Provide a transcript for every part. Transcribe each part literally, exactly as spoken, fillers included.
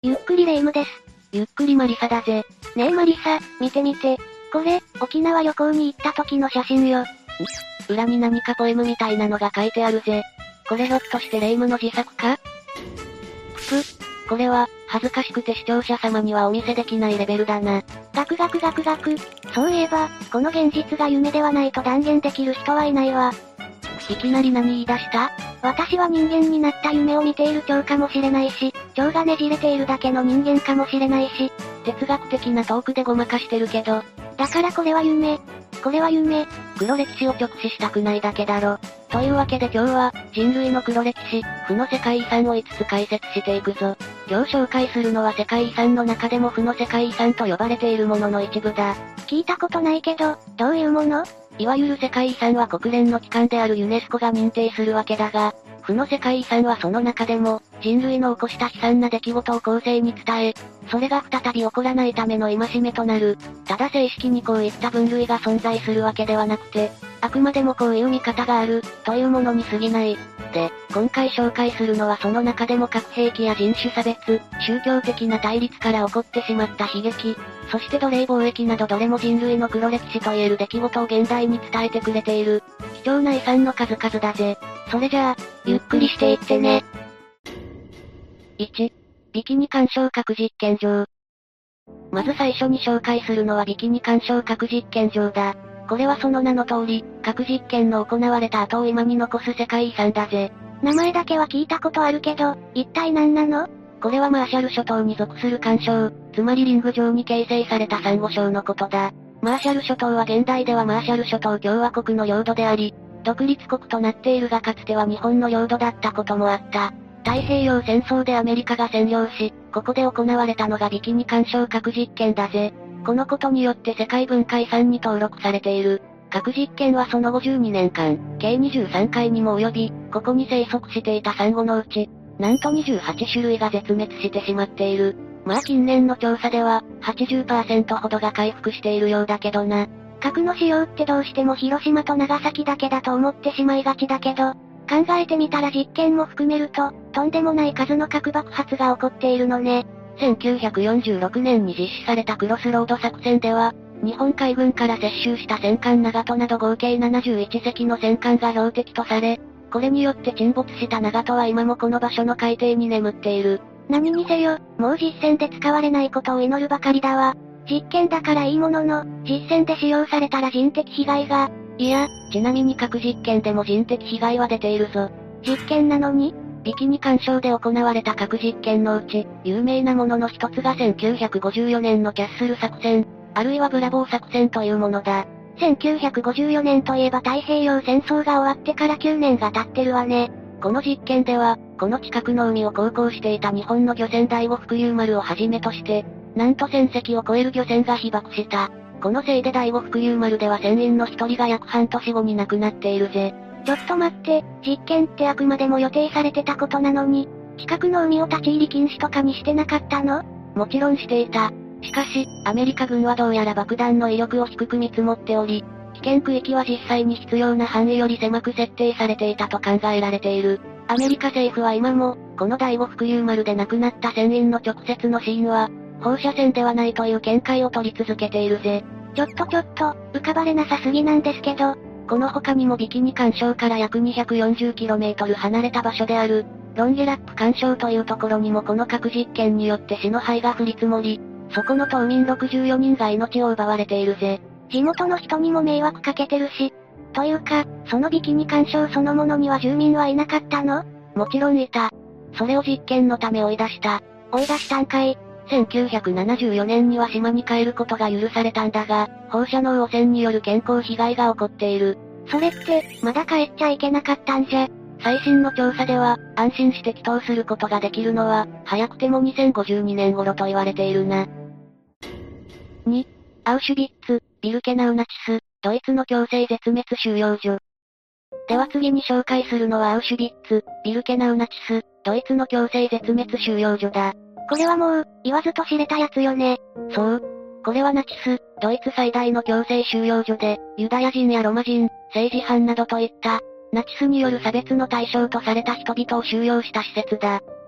ゆっくりレ夢ムです。 ゆっくりマリサだぜ。 ねえマリサ、見て見て。これ、沖縄旅行に行った時の写真よ。ん？ 裏に何かポエムみたいなのが書いてあるぜ。これひょっとしてレ夢ムの自作か？ぷぷ。これは、恥ずかしくて視聴者様にはお見せできないレベルだな。 ガクガクガクガク。そういえば、この現実が夢ではないと断言できる人はいないわ。 いきなり何言い出した？ 私は人間になった夢を見ている蝶かもしれないし、蝶がねじれているだけの人間かもしれないし、 哲学的なトークでごまかしてるけど。 だからこれは夢。これは夢。 黒歴史を直視したくないだけだろ。というわけで今日は、人類の黒歴史、負の世界遺産をいつつ解説していくぞ。今日紹介するのは世界遺産の中でも負の世界遺産と呼ばれているものの一部だ。 聞いたことないけど、どういうもの？ いわゆる世界遺産は国連の機関であるユネスコが認定するわけだが、負の世界遺産はその中でも、人類の起こした悲惨な出来事を後世に伝え、それが再び起こらないための戒めとなる。ただ正式にこういった分類が存在するわけではなくて、あくまでもこういう見方がある、というものに過ぎない。で、今回紹介するのはその中でも核兵器や人種差別、宗教的な対立から起こってしまった悲劇、そして奴隷貿易などどれも人類の黒歴史と言える出来事を現代に伝えてくれている、貴重な遺産の数々だぜ。それじゃあ、ゆっくりしていってね。いち、ビキニ干渉核実験場。まず最初に紹介するのはビキニ干渉核実験場だ。これはその名の通り、核実験の行われた後を今に残す世界遺産だぜ。 名前だけは聞いたことあるけど、一体何なの？ これはマーシャル諸島に属する干渉、つまりリング状に形成されたサンゴ礁のことだ。マーシャル諸島は現代ではマーシャル諸島共和国の領土であり、独立国となっているがかつては日本の領土だったこともあった。太平洋戦争でアメリカが占領し、ここで行われたのがビキニ干渉核実験だぜ。このことによって世界文化遺産に登録されている。核実験はその後じゅうにねんかん、計にじゅうさんかいにも及び、ここに生息していたサンゴのうち、なんとにじゅうはちしゅるいが絶滅してしまっている。まあ近年の調査では、はちじゅっパーセント ほどが回復しているようだけどな。 核の使用ってどうしても広島と長崎だけだと思ってしまいがちだけど、考えてみたら実験も含めると、とんでもない数の核爆発が起こっているのね。 せんきゅうひゃくよんじゅうろくねんに実施されたクロスロード作戦では、日本海軍から接収した戦艦長門など合計ななじゅういちせきの戦艦が標的とされ、これによって沈没した長門は今もこの場所の海底に眠っている。 何にせよ、もう実戦で使われないことを祈るばかりだわ。実験だからいいものの、実戦で使用されたら人的被害が。 いや、ちなみに核実験でも人的被害は出ているぞ。 実験なのに？ ビキニ干渉で行われた核実験のうち、有名なものの一つがせんきゅうひゃくごじゅうよねんのキャッスル作戦、あるいはブラボー作戦というものだ。 せんきゅうひゃくごじゅうよねんといえば太平洋戦争が終わってからきゅうねんが経ってるわね。 この実験では、この近くの海を航行していた日本の漁船第五福遊丸をはじめとして、なんとせんせきを超える漁船が被爆した。このせいで第五福遊丸では船員の一人が約半年後に亡くなっているぜ。 ちょっと待って、実験ってあくまでも予定されてたことなのに、近くの海を立ち入り禁止とかにしてなかったの？ もちろんしていた。しかし、アメリカ軍はどうやら爆弾の威力を低く見積もっており、危険区域は実際に必要な範囲より狭く設定されていたと考えられている。アメリカ政府は今も、この第五福遊丸で亡くなった船員の直接の死因は、放射線ではないという見解を取り続けているぜ。 ちょっとちょっと、浮かばれなさすぎなんですけど、 この他にもビキニ干渉から約 にひゃくよんじゅうキロメートル 離れた場所である、ロンゲラップ干渉というところにもこの核実験によって死の灰が降り積もり、そこの島民ろくじゅうよにんが命を奪われているぜ。 地元の人にも迷惑かけてるし。というか、そのビキニ干渉そのものには住民はいなかったの？ もちろんいた。それを実験のため追い出した。 追い出したんかい。 せんきゅうひゃくななじゅうよねんには島に帰ることが許されたんだが、放射能汚染による健康被害が起こっている。 それって、まだ帰っちゃいけなかったんじゃ。 最新の調査では、安心して帰島することができるのは、早くてもにせんごじゅうにねん頃と言われているな。に、アウシュビッツ、ビルケナウナチス、ドイツの強制絶滅収容所。では次に紹介するのはアウシュビッツ、ビルケナウナチス、ドイツの強制絶滅収容所だ。 これはもう、言わずと知れたやつよね。 そう。これはナチス、ドイツ最大の強制収容所で、ユダヤ人やロマ人、政治犯などといった、ナチスによる差別の対象とされた人々を収容した施設だ。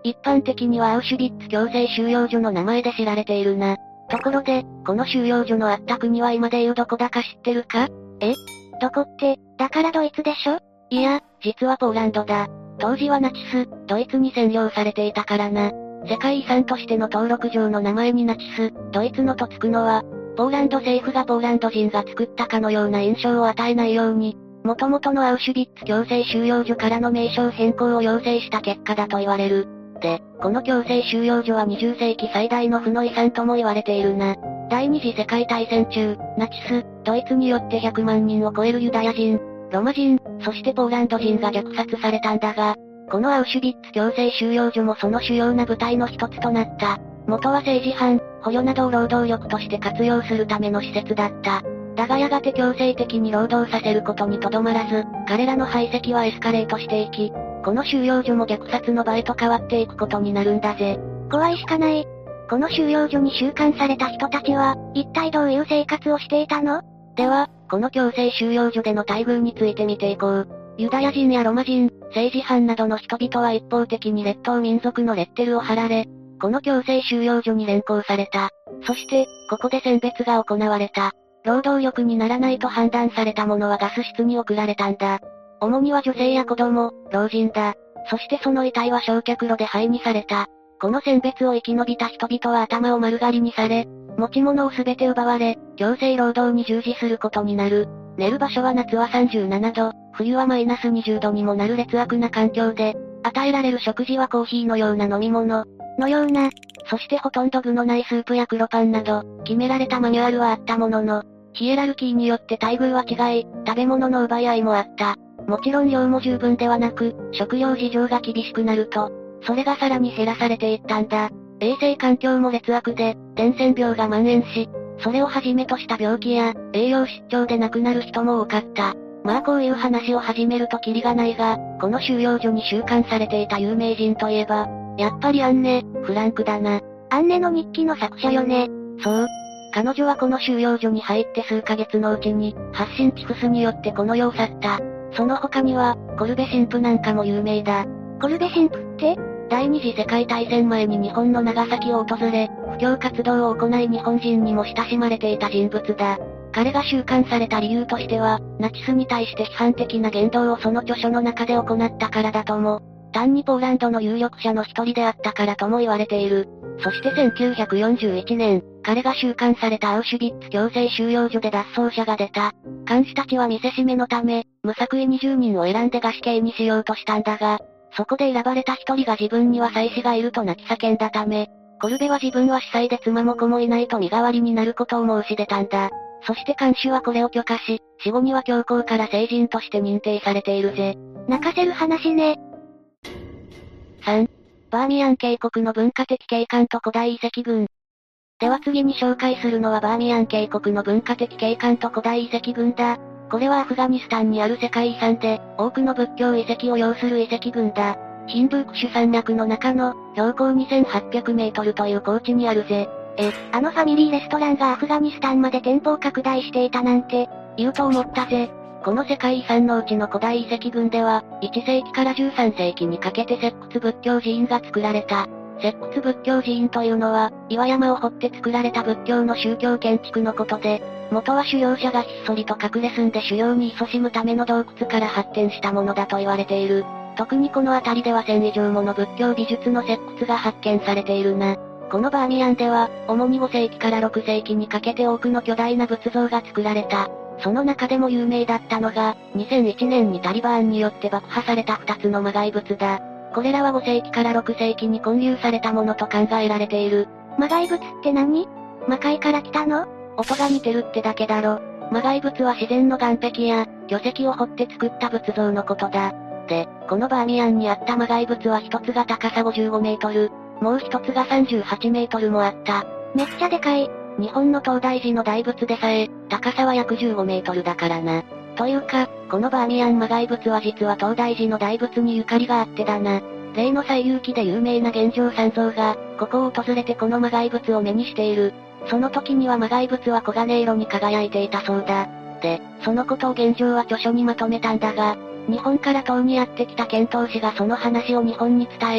一般的にはアウシュビッツ強制収容所の名前で知られているな。ところで、この収容所のあった国は今で言うどこだか知ってるか？ え？どこって、だからドイツでしょ？ いや、実はポーランドだ。当時はナチス、ドイツに占領されていたからな。世界遺産としての登録上の名前にナチス、ドイツのとつくのは、ポーランド政府がポーランド人が作ったかのような印象を与えないように、元々のアウシュビッツ強制収容所からの名称変更を要請した結果だと言われる。で、この強制収容所はにじゅっ世紀最大の負の遺産とも言われているな。第二次世界大戦中、ナチス、ドイツによってひゃくまんにんを超えるユダヤ人、ロマ人、そしてポーランド人が虐殺されたんだが、このアウシュビッツ強制収容所もその主要な部隊の一つとなった。元は政治犯、捕虜などを労働力として活用するための施設だった。だがやがて強制的に労働させることにとどまらず、彼らの排斥はエスカレートしていき、この収容所も虐殺の場へと変わっていくことになるんだぜ。 怖いしかない。この収容所に収監された人たちは、一体どういう生活をしていたの？ では、この強制収容所での待遇について見ていこう。ユダヤ人やロマ人、政治犯などの人々は一方的に劣等民族のレッテルを貼られ、この強制収容所に連行された。そして、ここで選別が行われた。労働力にならないと判断された者はガス室に送られたんだ。主には女性や子供、老人だ。そしてその遺体は焼却炉で灰にされた。この選別を生き延びた人々は頭を丸刈りにされ、持ち物をすべて奪われ、強制労働に従事することになる。寝る場所は夏はさんじゅうななど、冬はマイナスにじゅうどにもなる劣悪な環境で、与えられる食事はコーヒーのような飲み物、 のような、 そしてほとんど具のないスープや黒パンなど、決められたマニュアルはあったものの、ヒエラルキーによって待遇は違い、食べ物の奪い合いもあった。もちろん量も十分ではなく、食料事情が厳しくなると、それがさらに減らされていったんだ。衛生環境も劣悪で、伝染病が蔓延し、それをはじめとした病気や、栄養失調で亡くなる人も多かった。まあこういう話を始めるとキリがないが、この収容所に収監されていた有名人といえば、やっぱりアンネ、フランクだな。 アンネの日記の作者よね。 そう。彼女はこの収容所に入って数ヶ月のうちに、発疹チフスによってこの世を去った。その他には、コルベ神父なんかも有名だ。 コルベ神父って？ 第二次世界大戦前に日本の長崎を訪れ、布教活動を行い日本人にも親しまれていた人物だ。彼が収監された理由としては、ナチスに対して批判的な言動をその著書の中で行ったからだとも、単にポーランドの有力者の一人であったからとも言われている。そしてせんきゅうひゃくよんじゅういちねん、彼が収監されたアウシュビッツ強制収容所で脱走者が出た。監視たちは見せしめのため、無作為にじゅうにんを選んで餓死刑にしようとしたんだが、そこで選ばれた一人が自分には妻子がいると泣き叫んだため、コルベは自分は司祭で妻も子もいないと身代わりになることを申し出たんだ。そして看守はこれを許可し、死後には教皇から聖人として認定されているぜ。 泣かせる話ね。 さん. バーミヤン渓谷の文化的景観と古代遺跡群。では次に紹介するのはバーミヤン渓谷の文化的景観と古代遺跡群だ。これはアフガニスタンにある世界遺産で、多くの仏教遺跡を要する遺跡群だ。ヒンドゥークシュ山脈の中の、標高にせんはっぴゃくメートルという高地にあるぜ。 え、あのファミリーレストランがアフガニスタンまで店舗を拡大していたなんて、 言うと思ったぜ。この世界遺産のうちの古代遺跡群では、いち世紀からじゅうさん世紀にかけて石窟仏教寺院が作られた。石窟仏教寺院というのは、岩山を掘って作られた仏教の宗教建築のことで、元は修行者がひっそりと隠れ住んで修行に勤しむための洞窟から発展したものだと言われている。特にこの辺りではせん以上もの仏教美術の石窟が発見されているな。このバーミヤンでは、主にご世紀からろく世紀にかけて多くの巨大な仏像が作られた。その中でも有名だったのが、にせんいちねんにタリバーンによって爆破されたふたつの魔骸仏だ。これらはご世紀からろく世紀に建立されたものと考えられている。 魔骸仏って何？魔界から来たの？ 音が似てるってだけだろ。魔骸仏は自然の岩壁や、巨石を掘って作った仏像のことだ。で、このバーミヤンにあった魔骸仏は一つが高さごじゅうごメートル、もう一つがさんじゅうはちメートルもあった。 めっちゃでかい。 日本の東大寺の大仏でさえ、高さは約じゅうごメートルだからな。というか、このバーミヤン魔骸仏は実は東大寺の大仏にゆかりがあってだな。例の西遊記で有名な玄奘三蔵が、ここを訪れてこの魔骸仏を目にしている。その時には魔骸仏は黄金色に輝いていたそうだ。で、そのことを玄奘は著書にまとめたんだが、日本から唐にやってきた遣唐使がその話を日本に伝え、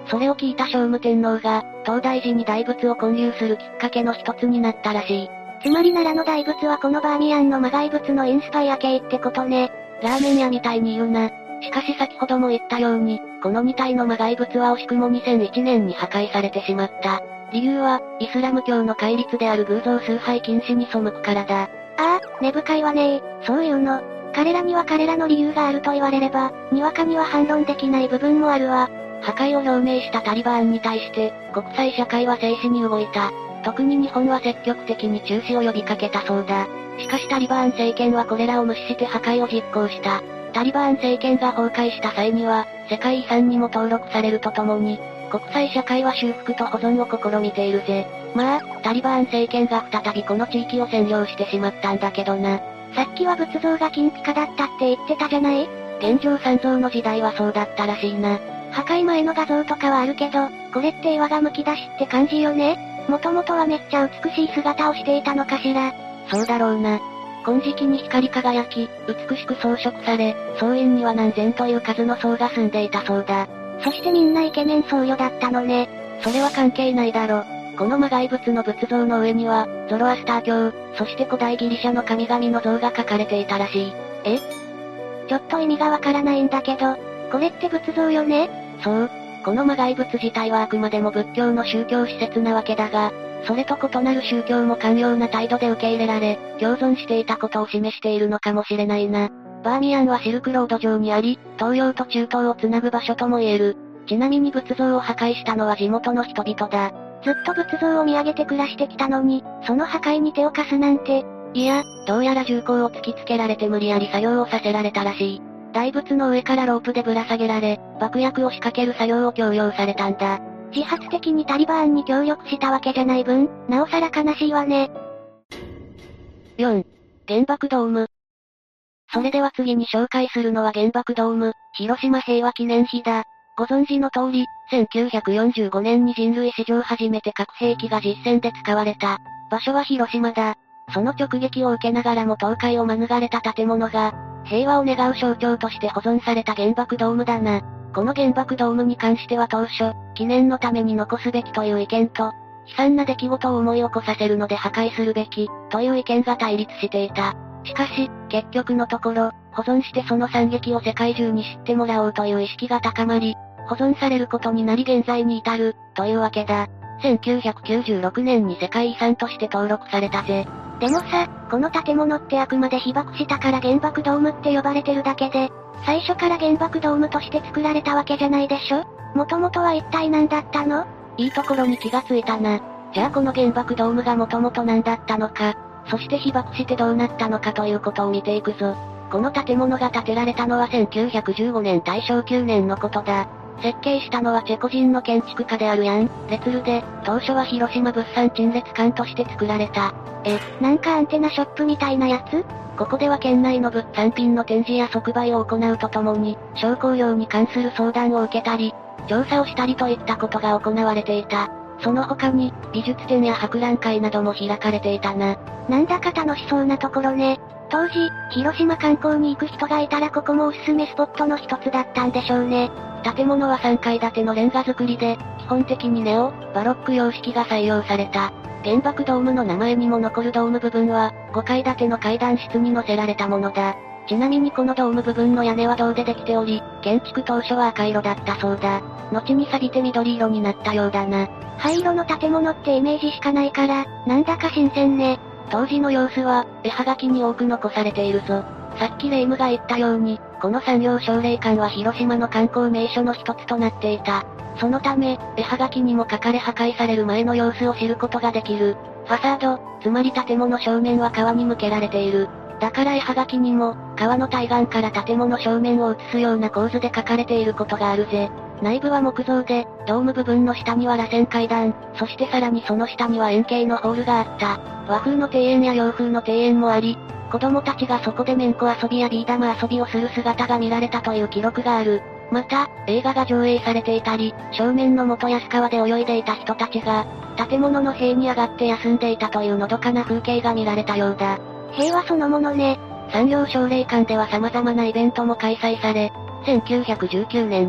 それを聞いた聖武天皇が、東大寺に大仏を建立するきっかけの一つになったらしい。 つまり奈良の大仏はこのバーミヤンの魔骸仏のインスパイア系ってことね。 ラーメン屋みたいに言うな。しかし先ほども言ったように、このに体の魔骸仏は惜しくもにせんいちねんに破壊されてしまった。理由は、イスラム教の戒律である偶像崇拝禁止に背くからだ。 ああ、根深いわねー、そういうの。彼らには彼らの理由があると言われれば、にわかには反論できない部分もあるわ。 破壊を表明したタリバーンに対して、国際社会は静止に動いた。特に日本は積極的に中止を呼びかけたそうだ。しかしタリバーン政権はこれらを無視して破壊を実行した。タリバーン政権が崩壊した際には、世界遺産にも登録されるとともに、国際社会は修復と保存を試みているぜ。まあ、タリバーン政権が再びこの地域を占領してしまったんだけどな。 さっきは仏像が金ピカだったって言ってたじゃない？ 現状三像の時代はそうだったらしいな。 破壊前の画像とかはあるけど、これって岩がむき出しって感じよね？もともとはめっちゃ美しい姿をしていたのかしら。 そうだろうな。金色に光り輝き、美しく装飾され、僧院には何千という数の僧が住んでいたそうだ。 そしてみんなイケメン僧侶だったのね。 それは関係ないだろ。この魔骸仏の仏像の上には、ゾロアスター教、そして古代ギリシャの神々の像が描かれていたらしい。 え？ちょっと意味がわからないんだけど、これって仏像よね？ そう。この魔骸仏自体はあくまでも仏教の宗教施設なわけだが、それと異なる宗教も寛容な態度で受け入れられ、共存していたことを示しているのかもしれないな。バーミヤンはシルクロード上にあり、東洋と中東をつなぐ場所とも言える。ちなみに仏像を破壊したのは地元の人々だ。 ずっと仏像を見上げて暮らしてきたのに、その破壊に手を貸すなんて。 いや、どうやら銃口を突きつけられて無理やり作業をさせられたらしい。大仏の上からロープでぶら下げられ、爆薬を仕掛ける作業を強要されたんだ。 自発的にタリバーンに協力したわけじゃない分、なおさら悲しいわね。 よん. 原爆ドーム。それでは次に紹介するのは原爆ドーム、広島平和記念碑だ。ご存知の通り、せんきゅうひゃくよんじゅうごねんに人類史上初めて核兵器が実戦で使われた。場所は広島だ。その直撃を受けながらも倒壊を免れた建物が、平和を願う象徴として保存された原爆ドームだな。この原爆ドームに関しては当初、記念のために残すべきという意見と、悲惨な出来事を思い起こさせるので破壊するべき、という意見が対立していた。しかし、結局のところ、保存してその惨劇を世界中に知ってもらおうという意識が高まり、保存されることになり現在に至る、というわけだ。せんきゅうひゃくきゅうじゅうろくねんに世界遺産として登録されたぜ。 でもさ、この建物ってあくまで被爆したから原爆ドームって呼ばれてるだけで、最初から原爆ドームとして作られたわけじゃないでしょ？もともとは一体何だったの？ いいところに気がついたな。じゃあこの原爆ドームがもともと何だったのか、そして被爆してどうなったのかということを見ていくぞ。この建物が建てられたのはせんきゅうひゃくじゅうごねん大正きゅうねんのことだ。設計したのはチェコ人の建築家であるヤン・レツルで、当初は広島物産陳列館として作られた。 え、なんかアンテナショップみたいなやつ？ ここでは県内の物産品の展示や即売を行うとともに、商工業に関する相談を受けたり、調査をしたりといったことが行われていた。その他に、美術展や博覧会なども開かれていたな。 なんだか楽しそうなところね。当時、広島観光に行く人がいたらここもおすすめスポットの一つだったんでしょうね。 建物はさんかい建てのレンガ造りで、基本的にネオ、バロック様式が採用された。原爆ドームの名前にも残るドーム部分は、ごかい建ての階段室に載せられたものだ。ちなみにこのドーム部分の屋根は銅でできており、建築当初は赤色だったそうだ。後に錆びて緑色になったようだな。 灰色の建物ってイメージしかないから、なんだか新鮮ね。 当時の様子は、絵はがきに多く残されているぞ。さっきレイムが言ったように、この産業奨励館は広島の観光名所の一つとなっていた。そのため、絵はがきにも書かれ破壊される前の様子を知ることができる。ファサード、つまり建物正面は川に向けられている。だから絵はがきにも、川の対岸から建物正面を映すような構図で書かれていることがあるぜ。内部は木造で、ドーム部分の下には螺旋階段、そしてさらにその下には円形のホールがあった。和風の庭園や洋風の庭園もあり、子供たちがそこでめんこ遊びやビー玉遊びをする姿が見られたという記録がある。また、映画が上映されていたり、正面の元安川で泳いでいた人たちが、建物の塀に上がって休んでいたというのどかな風景が見られたようだ。 平和そのものね。 産業奨励館では様々なイベントも開催され、せんきゅうひゃくじゅうきゅうねんには、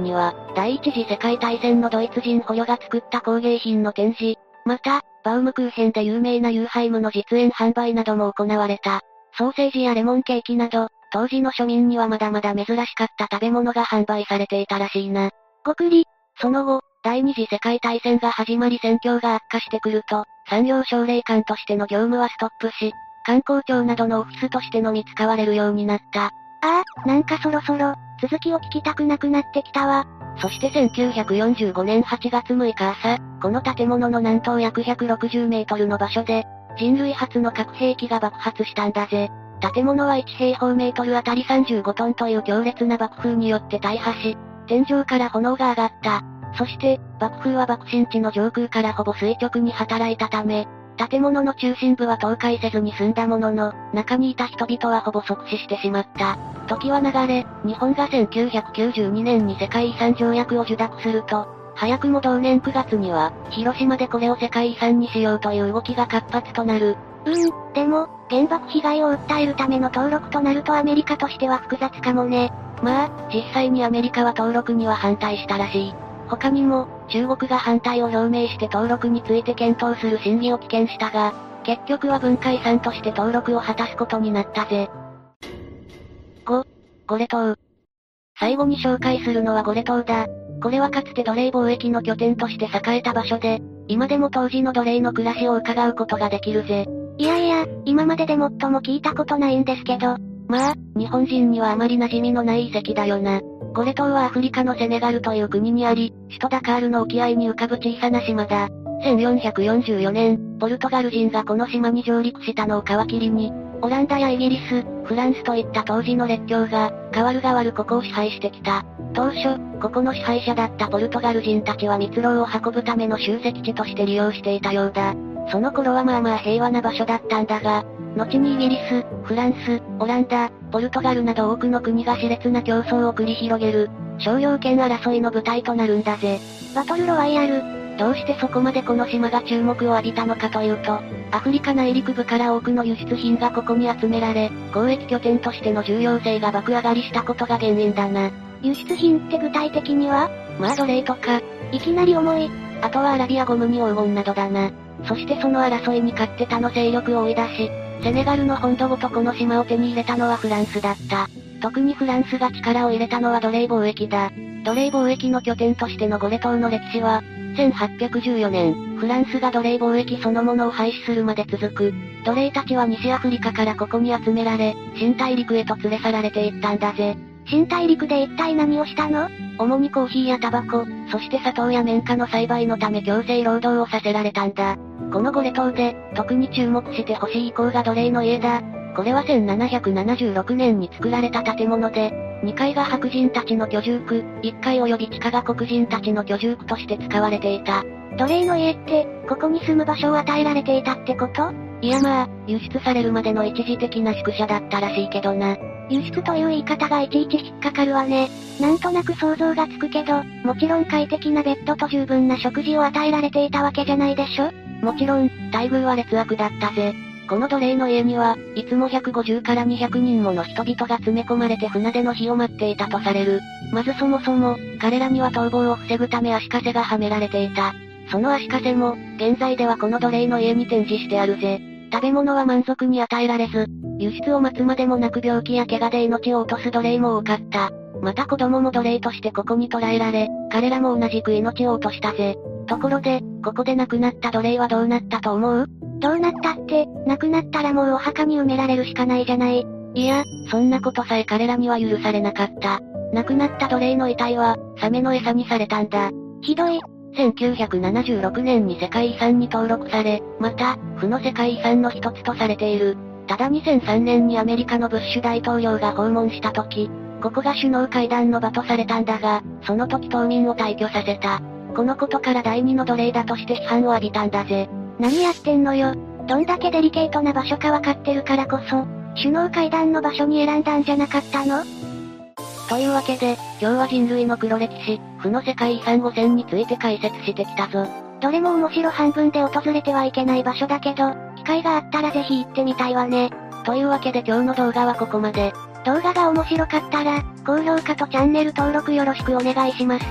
第一次世界大戦のドイツ人捕虜が作った工芸品の展示、また、バウムクーヘンで有名なユーハイムの実演販売なども行われた。ソーセージやレモンケーキなど、当時の庶民にはまだまだ珍しかった食べ物が販売されていたらしいな。 ごくり。 その後、第二次世界大戦が始まり戦況が悪化してくると、産業奨励官としての業務はストップし、観光庁などのオフィスとしてのみ使われるようになった。 ああ、なんかそろそろ、続きを聞きたくなくなってきたわ。 そしてせんきゅうひゃくよんじゅうごねんはちがつむいか朝、この建物の南東約ひゃくろくじゅうメートルの場所で、人類初の核兵器が爆発したんだぜ。建物はいちへいほうメートルあたりさんじゅうごトンという強烈な爆風によって大破し、天井から炎が上がった。そして、爆風は爆心地の上空からほぼ垂直に働いたため、建物の中心部は倒壊せずに済んだものの、中にいた人々はほぼ即死してしまった。時は流れ、日本がせんきゅうひゃくきゅうじゅうにねんに世界遺産条約を受諾すると、早くも同年くがつには、広島でこれを世界遺産にしようという動きが活発となる。 うーん、でも、原爆被害を訴えるための登録となるとアメリカとしては複雑かもね。 まあ、実際にアメリカは登録には反対したらしい。他にも、中国が反対を表明して登録について検討する審議を棄権したが、結局は文化遺産として登録を果たすことになったぜ。ご、ゴレ島。最後に紹介するのはゴレ島だ。これはかつて奴隷貿易の拠点として栄えた場所で、今でも当時の奴隷の暮らしを伺うことができるぜ。 いやいや、今までで最も聞いたことないんですけど。 まあ、日本人にはあまり馴染みのない遺跡だよな。ゴレ島はアフリカのセネガルという国にあり、首都ダカールの沖合に浮かぶ小さな島だ。せんよんひゃくよんじゅうよねん、ポルトガル人がこの島に上陸したのを皮切りに、オランダやイギリス、フランスといった当時の列強が、代わる代わるここを支配してきた。当初、ここの支配者だったポルトガル人たちは密漁を運ぶための集積地として利用していたようだ。その頃はまあまあ平和な場所だったんだが、後にイギリス、フランス、オランダ、ポルトガルなど多くの国が熾烈な競争を繰り広げる、商用権争いの舞台となるんだぜ。 バトルロワイヤル。 どうしてそこまでこの島が注目を浴びたのかというと、アフリカ内陸部から多くの輸出品がここに集められ、交易拠点としての重要性が爆上がりしたことが原因だな。 輸出品って具体的には？ まあ奴隷とか、 いきなり重い。 あとはアラビアゴムに黄金などだな。そしてその争いに勝って他の勢力を追い出し、セネガルの本土ごとこの島を手に入れたのはフランスだった。特にフランスが力を入れたのは奴隷貿易だ。奴隷貿易の拠点としてのゴレ島の歴史は、せんはっぴゃくじゅうよねん、フランスが奴隷貿易そのものを廃止するまで続く。奴隷たちは西アフリカからここに集められ、新大陸へと連れ去られていったんだぜ。 新大陸で一体何をしたの？ 主にコーヒーやタバコ、そして砂糖や綿花の栽培のため強制労働をさせられたんだ。このゴレ島で、特に注目してほしい遺構が奴隷の家だ。これはせんななひゃくななじゅうろくねんに作られた建物で、にかいが白人たちの居住区、いっかい及び地下が黒人たちの居住区として使われていた。 奴隷の家って、ここに住む場所を与えられていたってこと？ いやまあ、輸出されるまでの一時的な宿舎だったらしいけどな。 輸出という言い方がいちいち引っかかるわね。なんとなく想像がつくけど、もちろん快適なベッドと十分な食事を与えられていたわけじゃないでしょ？ もちろん、待遇は劣悪だったぜ。この奴隷の家には、いつもひゃくごじゅうからにひゃくにんもの人々が詰め込まれて船出の日を待っていたとされる。まずそもそも、彼らには逃亡を防ぐため足かせがはめられていた。その足かせも、現在ではこの奴隷の家に展示してあるぜ。食べ物は満足に与えられず、輸出を待つまでもなく病気や怪我で命を落とす奴隷も多かった。また子供も奴隷としてここに捕らえられ、彼らも同じく命を落としたぜ。ところで、ここで亡くなった奴隷はどうなったと思う？ どうなったって、亡くなったらもうお墓に埋められるしかないじゃない。 いや、そんなことさえ彼らには許されなかった。亡くなった奴隷の遺体は、サメの餌にされたんだ。 ひどい。 せんきゅうひゃくななじゅうろくねんに世界遺産に登録され、また、負の世界遺産の一つとされている。ただにせんさんねんにアメリカのブッシュ大統領が訪問した時、ここが首脳会談の場とされたんだが、その時島民を退去させた。このことから第二の奴隷だとして批判を浴びたんだぜ。 何やってんのよ。どんだけデリケートな場所かわかってるからこそ、首脳会談の場所に選んだんじゃなかったの？ というわけで、今日は人類の黒歴史、負の世界遺産ごせんについて解説してきたぞ。 どれも面白半分で訪れてはいけない場所だけど、機会があったらぜひ行ってみたいわね。 というわけで今日の動画はここまで。 動画が面白かったら、高評価とチャンネル登録よろしくお願いします。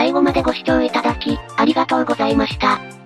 最後までご視聴いただき、ありがとうございました。